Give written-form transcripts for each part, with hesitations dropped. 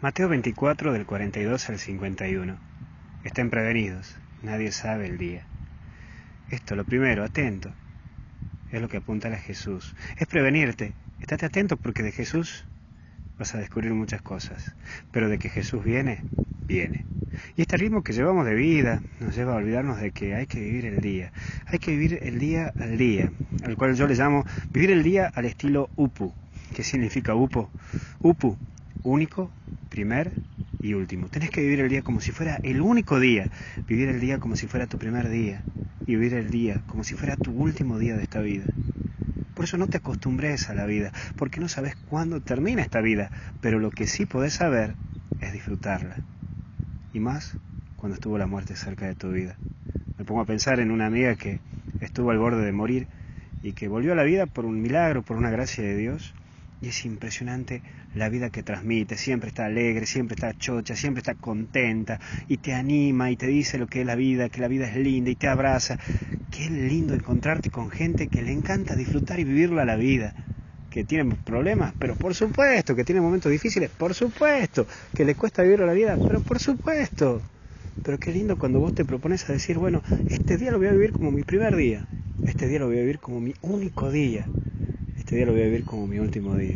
Mateo 24, del 42 al 51. Estén prevenidos, nadie sabe el día. Esto, lo primero, atento, es lo que apunta a Jesús. Es prevenirte, estate atento porque de Jesús vas a descubrir muchas cosas. Pero de que Jesús viene, viene. Y este ritmo que llevamos de vida nos lleva a olvidarnos de que hay que vivir el día. Hay que vivir el día al día, al cual yo le llamo vivir el día al estilo UPU. ¿Qué significa UPU? UPU, único, primer y último. Tenés que vivir el día como si fuera el único día. Vivir el día como si fuera tu primer día. Y vivir el día como si fuera tu último día de esta vida. Por eso no te acostumbres a la vida, porque no sabes cuándo termina esta vida, pero lo que sí podés saber es disfrutarla. Y más cuando estuvo la muerte cerca de tu vida. Me pongo a pensar en una amiga que estuvo al borde de morir y que volvió a la vida por un milagro, por una gracia de Dios. Y es impresionante la vida que transmite, siempre está alegre, siempre está chocha, siempre está contenta y te anima y te dice lo que es la vida, que la vida es linda y te abraza. Qué lindo encontrarte con gente que le encanta disfrutar y vivirla la vida, que tiene problemas, pero por supuesto, que tiene momentos difíciles, por supuesto, que le cuesta vivir la vida, pero por supuesto. Pero qué lindo cuando vos te propones a decir, bueno, este día lo voy a vivir como mi primer día, este día lo voy a vivir como mi único día, este día lo voy a vivir como mi último día.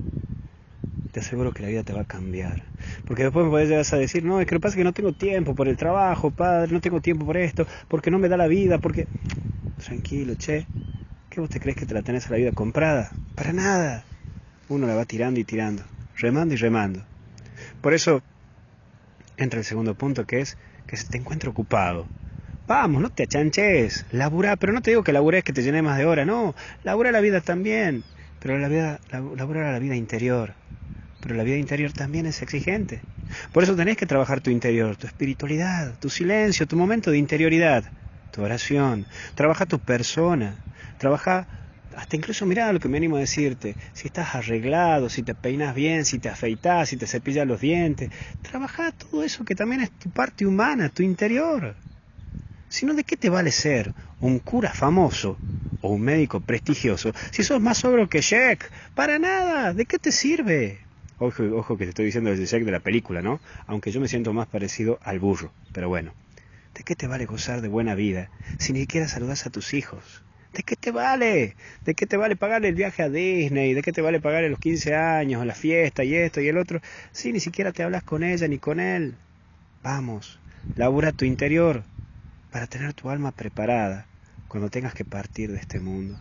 Te aseguro que la vida te va a cambiar. Porque después me podés llegar a decir, no, es que lo que pasa es que no tengo tiempo por el trabajo, padre, no tengo tiempo por esto, porque no me da la vida, porque... Tranquilo, che. ¿Qué vos te crees que te la tenés a la vida comprada? Para nada. Uno la va tirando y tirando, remando y remando. Por eso entra el segundo punto, que es que se te encuentre ocupado. Vamos, no te achanches, laburá, pero no te digo que laburés que te llene más de hora, no, laburá la vida también, pero laburá la vida interior, pero la vida interior también es exigente. Por eso tenés que trabajar tu interior, tu espiritualidad, tu silencio, tu momento de interioridad, tu oración, trabaja tu persona, trabaja hasta incluso, mirá lo que me animo a decirte, si estás arreglado, si te peinas bien, si te afeitás, si te cepillas los dientes, trabaja todo eso que también es tu parte humana, tu interior. Si no, ¿de qué te vale ser un cura famoso o un médico prestigioso si sos más ogro que Shrek? Para nada, ¿de qué te sirve? Ojo que te estoy diciendo desde Shrek de la película, ¿no? Aunque yo me siento más parecido al burro, pero bueno. ¿De qué te vale gozar de buena vida si ni siquiera saludás a tus hijos? ¿De qué te vale? ¿De qué te vale pagarle el viaje a Disney? ¿De qué te vale pagarle los 15 años, la fiesta y esto y el otro? Si ni siquiera te hablas con ella ni con él. Vamos, labura tu interior para tener tu alma preparada cuando tengas que partir de este mundo.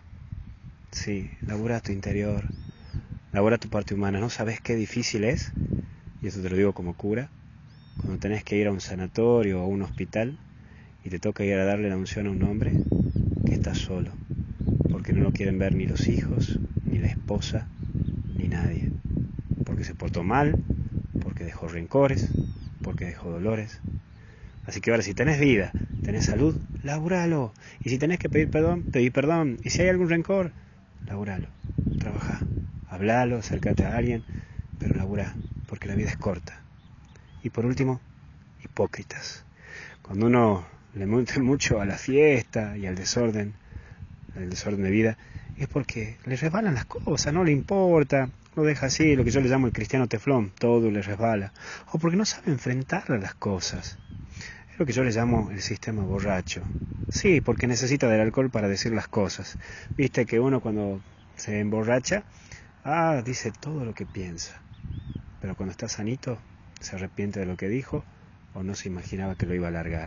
Sí, labura tu interior, labura tu parte humana. ¿No sabes qué difícil es? Y eso te lo digo como cura. Cuando tenés que ir a un sanatorio o a un hospital y te toca ir a darle la unción a un hombre que está solo, porque no lo quieren ver ni los hijos, ni la esposa, ni nadie, porque se portó mal, porque dejó rencores, porque dejó dolores. Así que ahora, si tenés vida, tenés salud, laburalo. Y si tenés que pedir perdón, pedí perdón. Y si hay algún rencor, laburalo. Trabajá, hablalo, acércate a alguien, pero laburá, porque la vida es corta. Y por último, hipócritas. Cuando uno le mete mucho a la fiesta y al desorden de vida, es porque le resbalan las cosas, no le importa, lo deja así, lo que yo le llamo el cristiano teflón, todo le resbala. O porque no sabe enfrentar las cosas. Es lo que yo le llamo el sistema borracho. Sí, porque necesita del alcohol para decir las cosas. Viste que uno cuando se emborracha, dice todo lo que piensa. Pero cuando está sanito, se arrepiente de lo que dijo o no se imaginaba que lo iba a largar.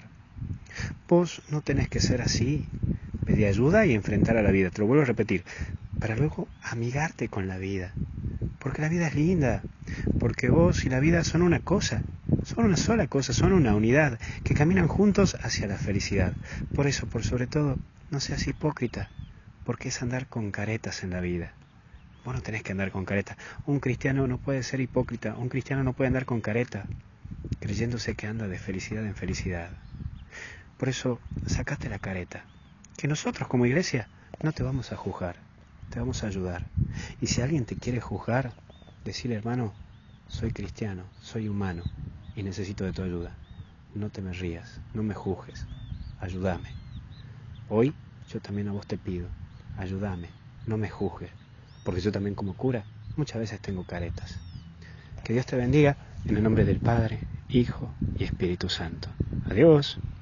Vos no tenés que ser así. Pedí ayuda y enfrentar a la vida. Te lo vuelvo a repetir. Para luego amigarte con la vida. Porque la vida es linda. Porque vos y la vida son una cosa. Son una sola cosa, son una unidad, que caminan juntos hacia la felicidad. Por eso, por sobre todo, no seas hipócrita, porque es andar con caretas en la vida. Vos no tenés que andar con careta. Un cristiano no puede ser hipócrita, un cristiano no puede andar con careta, creyéndose que anda de felicidad en felicidad. Por eso, sacate la careta, que nosotros como iglesia no te vamos a juzgar, te vamos a ayudar. Y si alguien te quiere juzgar, decirle, hermano, soy cristiano, soy humano, y necesito de tu ayuda. No te me rías, no me juzgues, ayúdame. Hoy yo también a vos te pido, ayúdame, no me juzgues, porque yo también como cura muchas veces tengo caretas. Que Dios te bendiga En el nombre del Padre, Hijo y Espíritu Santo. Adiós.